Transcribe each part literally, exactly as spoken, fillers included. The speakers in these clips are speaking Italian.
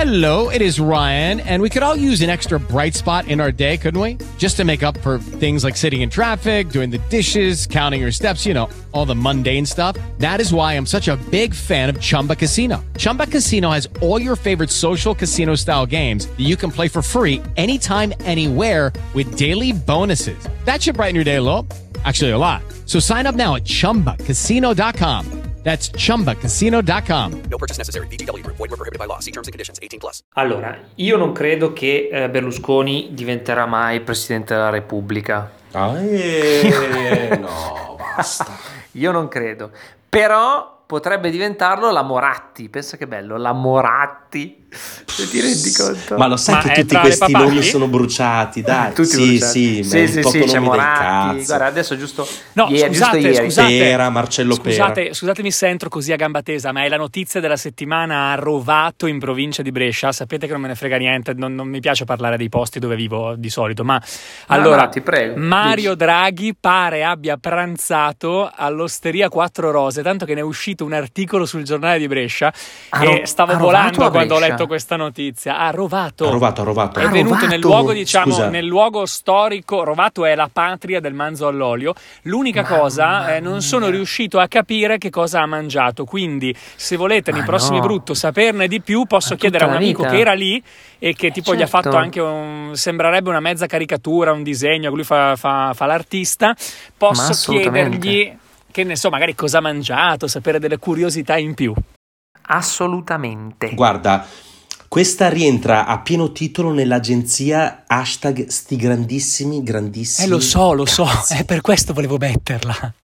Hello, it is Ryan, and we could all use an extra bright spot in our day, couldn't we? Just to make up for things like sitting in traffic, doing the dishes, counting your steps, you know, all the mundane stuff. That is why I'm such a big fan of Chumba Casino. Chumba Casino has all your favorite social casino style games that you can play for free anytime, anywhere with daily bonuses. That should brighten your day a little. Actually, a lot. So sign up now at chumba casino dot com. That's chumba casino dot com. No purchase necessary. V G W Group. Void where prohibited by law. See terms and conditions. eighteen plus. Allora, io non credo che eh, Berlusconi diventerà mai Presidente della Repubblica. Ah, eh, no, basta. Io non credo. Però potrebbe diventarlo la Moratti. Pensa che bello, la Moratti. Se ti rendi conto? Ma lo sai Ma che è tutti tra le questi papabili? nomi sono bruciati, dai. Tutti sì, bruciati. sì, sì, sì, sì, c'è del Moratti. cazzo. Guarda, adesso giusto No, ieri, scusate, giusto ieri. scusate. Pera, Marcello Scusate, Pera. scusatemi se entro così a gamba tesa, ma è la notizia della settimana a Rovato, in provincia di Brescia. Sapete che non me ne frega niente, non, non mi piace parlare dei posti dove vivo di solito, ma allora no, ti prego, Mario dici. Draghi pare abbia pranzato all'Osteria Quattro Rose, tanto che ne è uscito un articolo sul giornale di Brescia A e Ro- stavo a Rovato volando a quando ho Brescia? letto questa notizia. A Rovato. A Rovato, a Rovato. È A venuto Rovato? nel luogo, diciamo, Scusa. nel luogo storico. Rovato è la patria del manzo all'olio. L'unica Mamma cosa, eh, non sono mia. riuscito a capire che cosa ha mangiato. Quindi, se volete, nei Ma prossimi no. Brutto saperne di più, posso Ma chiedere a un tutta la amico vita? che era lì e che tipo gli ha certo. fatto anche un. Sembrerebbe una mezza caricatura, un disegno. Lui fa, fa, fa l'artista. Ma Posso assolutamente. chiedergli, che ne so, magari cosa ha mangiato, sapere delle curiosità in più. Assolutamente. Guarda, questa rientra a pieno titolo nell'agenzia hashtag sti grandissimi, grandissimi. Eh, lo so, lo so, cazzi. è per questo volevo metterla.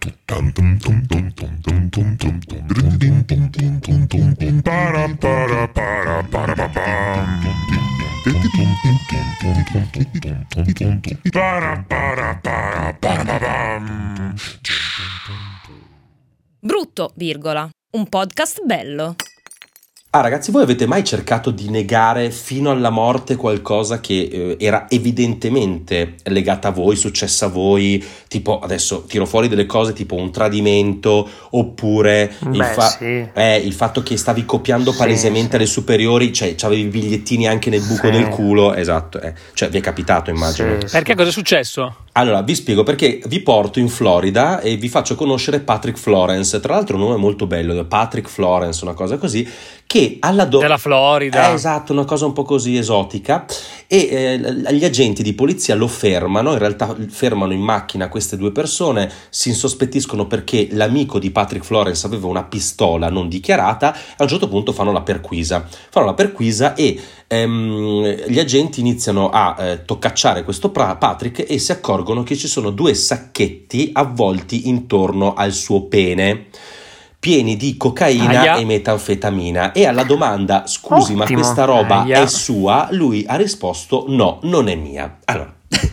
Brutto, virgola. Un podcast bello. Ah, ragazzi, voi avete mai cercato di negare fino alla morte qualcosa che eh, era evidentemente legata a voi, successa a voi? Tipo, adesso tiro fuori delle cose tipo un tradimento, oppure il, Beh, fa- sì. eh, il fatto che stavi copiando Sì, palesemente sì. alle superiori, cioè c'avevi i bigliettini anche nel buco Sì. del culo, esatto, eh. Cioè vi è capitato, immagino. Sì, sì. Perché cosa è successo? Allora, vi spiego perché vi porto in Florida e vi faccio conoscere Patrick Florence, tra l'altro un nome molto bello, Patrick Florence, una cosa così, che alla do- Della Florida. Eh, esatto, una cosa un po' così esotica, e eh, gli agenti di polizia lo fermano, in realtà fermano in macchina queste due persone, si insospettiscono perché l'amico di Patrick Florence aveva una pistola non dichiarata, e a un certo punto fanno la perquisa, fanno la perquisa e ehm, gli agenti iniziano a eh, toccacciare questo pra- Patrick e si accorgono che ci sono due sacchetti avvolti intorno al suo pene, pieni di cocaina Aia. e metanfetamina, e alla domanda scusi ma Ottimo. questa roba Aia. è sua, lui ha risposto no, non è mia. Allora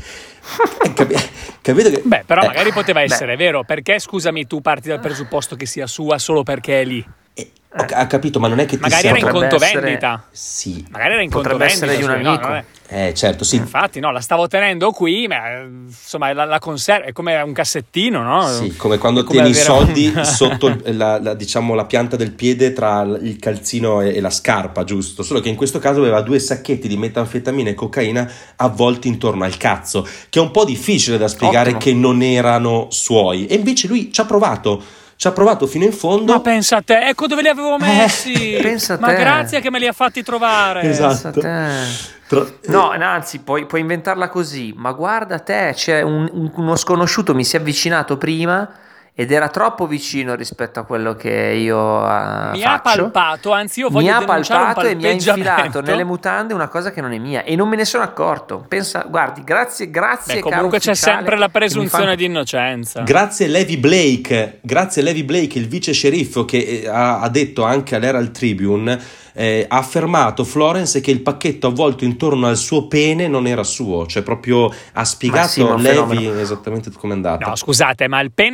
capi- capito che Beh, però eh, magari poteva beh. essere vero. Perché, scusami, tu parti dal presupposto che sia sua solo perché è lì? eh, ho, ho capito, ma non è che ti Magari sia era in Potrebbe conto essere- vendita. sì, Magari era in conto Potrebbe vendita. essere di un scusi, no, amico. non è- eh, certo, sì. Infatti, no, la stavo tenendo qui, ma eh, insomma la, la conserva è come un cassettino, no? Sì, come quando È come tieni i avere un- soldi sotto il- la, la- diciamo la pianta del piede tra il calzino e, e la scarpa, giusto? Solo che in questo caso aveva due sacchetti di metanfetamina e cocaina avvolti intorno al cazzo, che è un po' difficile da spiegare Ottimo. che non erano suoi, e invece lui ci ha provato, ci ha provato fino in fondo. Ma pensa a te, ecco dove li avevo messi. pensa a Ma te. grazie che me li ha fatti trovare. Esatto. Pensa a te. Tra- No, anzi, puoi, puoi inventarla così. Ma guarda te, c'è un- un- uno sconosciuto mi si è avvicinato prima ed era troppo vicino rispetto a quello che io uh, Mi ha faccio. palpato, anzi io Mi voglio ha denunciare un palpato e mi ha infilato palpeggiamento. nelle mutande una cosa che non è mia e non me ne sono accorto. Pensa, guardi, grazie, grazie. Beh, caro comunque c'è ufficiale, sempre la che mi presunzione fa- di innocenza. Grazie Levi Blake, grazie Levi Blake, il vice sceriffo che eh, ha, ha detto anche all'Herald Tribune, eh, ha affermato Florence che il pacchetto avvolto intorno al suo pene non era suo, cioè proprio ha spiegato sì, ma un Levi fenomeno. esattamente come è andata. No, scusate, ma il pene, il pene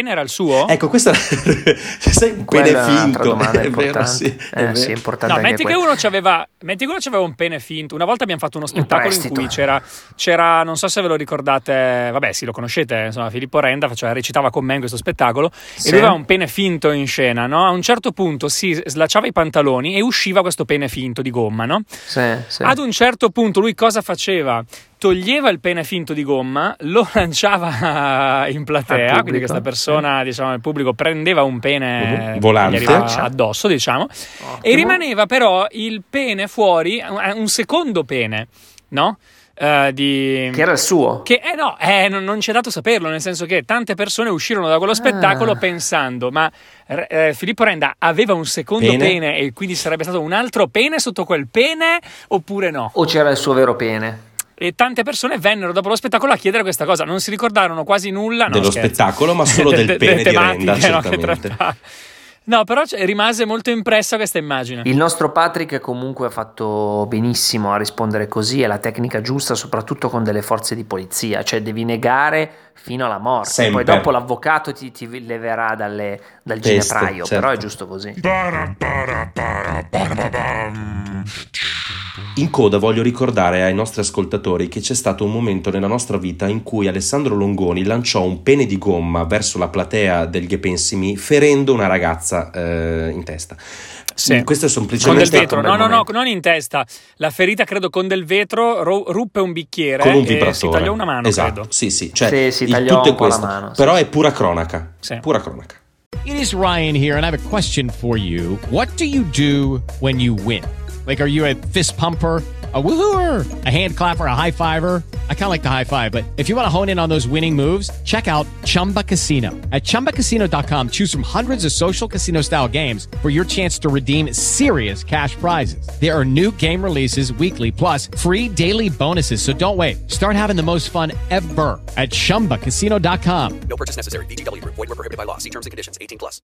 pene era il suo? Ecco, questo sei un Quella pene è un'altra finto. domanda È vero, importante. sì, è Eh, vero. sì, è importante No, anche metti che, quello. uno c'aveva, metti che uno c'aveva un pene finto. Una volta abbiamo fatto uno spettacolo in prestito. cui c'era, c'era, non so se ve lo ricordate, vabbè sì, lo conoscete, insomma, Filippo Renda faceva, recitava con me in questo spettacolo Sì. e lui aveva un pene finto in scena, no? A un certo punto si slacciava i pantaloni e usciva questo pene finto di gomma, no? Sì, sì. Ad un certo punto lui cosa faceva? Toglieva il pene finto di gomma, lo lanciava in platea, pubblico, quindi questa persona, diciamo, il pubblico prendeva un pene Mhm. Volante. che gli arrivava addosso, diciamo, Ottimo. e rimaneva però il pene fuori, un un secondo pene, no? Eh, di... Che era il suo. Che eh no, eh, non, non c'è dato saperlo, nel senso che tante persone uscirono da quello spettacolo Ah. pensando, ma eh, Filippo Renda aveva un secondo Pene? pene e quindi sarebbe stato un altro pene sotto quel pene oppure no? O c'era il suo vero pene? E tante persone vennero dopo lo spettacolo a chiedere questa cosa, non si ricordarono quasi nulla no, Dello scherzo. spettacolo, ma solo De- del de- pene delle di Renda, tematiche, no, che certamente. trattava. No, però c- rimase molto impressa questa immagine. Il nostro Patrick comunque ha fatto benissimo a rispondere così, è la tecnica giusta, soprattutto con delle forze di polizia, cioè devi negare fino alla morte. Sempre. Poi dopo l'avvocato ti, ti leverà dalle- dal Testo, ginepraio, certo. però è giusto così. In coda voglio ricordare ai nostri ascoltatori che c'è stato un momento nella nostra vita in cui Alessandro Longoni lanciò un pene di gomma verso la platea del Ghe Pensimi, ferendo una ragazza eh, in testa. Sì. Questo è Con semplicemente del stato vetro, un bel no, no, no, momento. non in testa. La ferita, credo, con del vetro ru- ruppe un bicchiere Con un e vibratore. si tagliò una mano, esatto. credo. Sì, sì, cioè Sì, si il tagliò tutto è un po' la questo. mano, sì. Però è pura cronaca. Sì. Pura cronaca. It is Ryan here, and I have a question for you. What do you do when you win? Like, are you a fist pumper, a woohooer, a hand clapper, a high fiver? I kind of like the high five, but if you want to hone in on those winning moves, check out Chumba Casino. At chumba casino dot com, choose from hundreds of social casino style games for your chance to redeem serious cash prizes. There are new game releases weekly, plus free daily bonuses. So don't wait. Start having the most fun ever at chumba casino dot com. No purchase necessary. V G W Group. Void where prohibited by law. See terms and conditions. eighteen plus.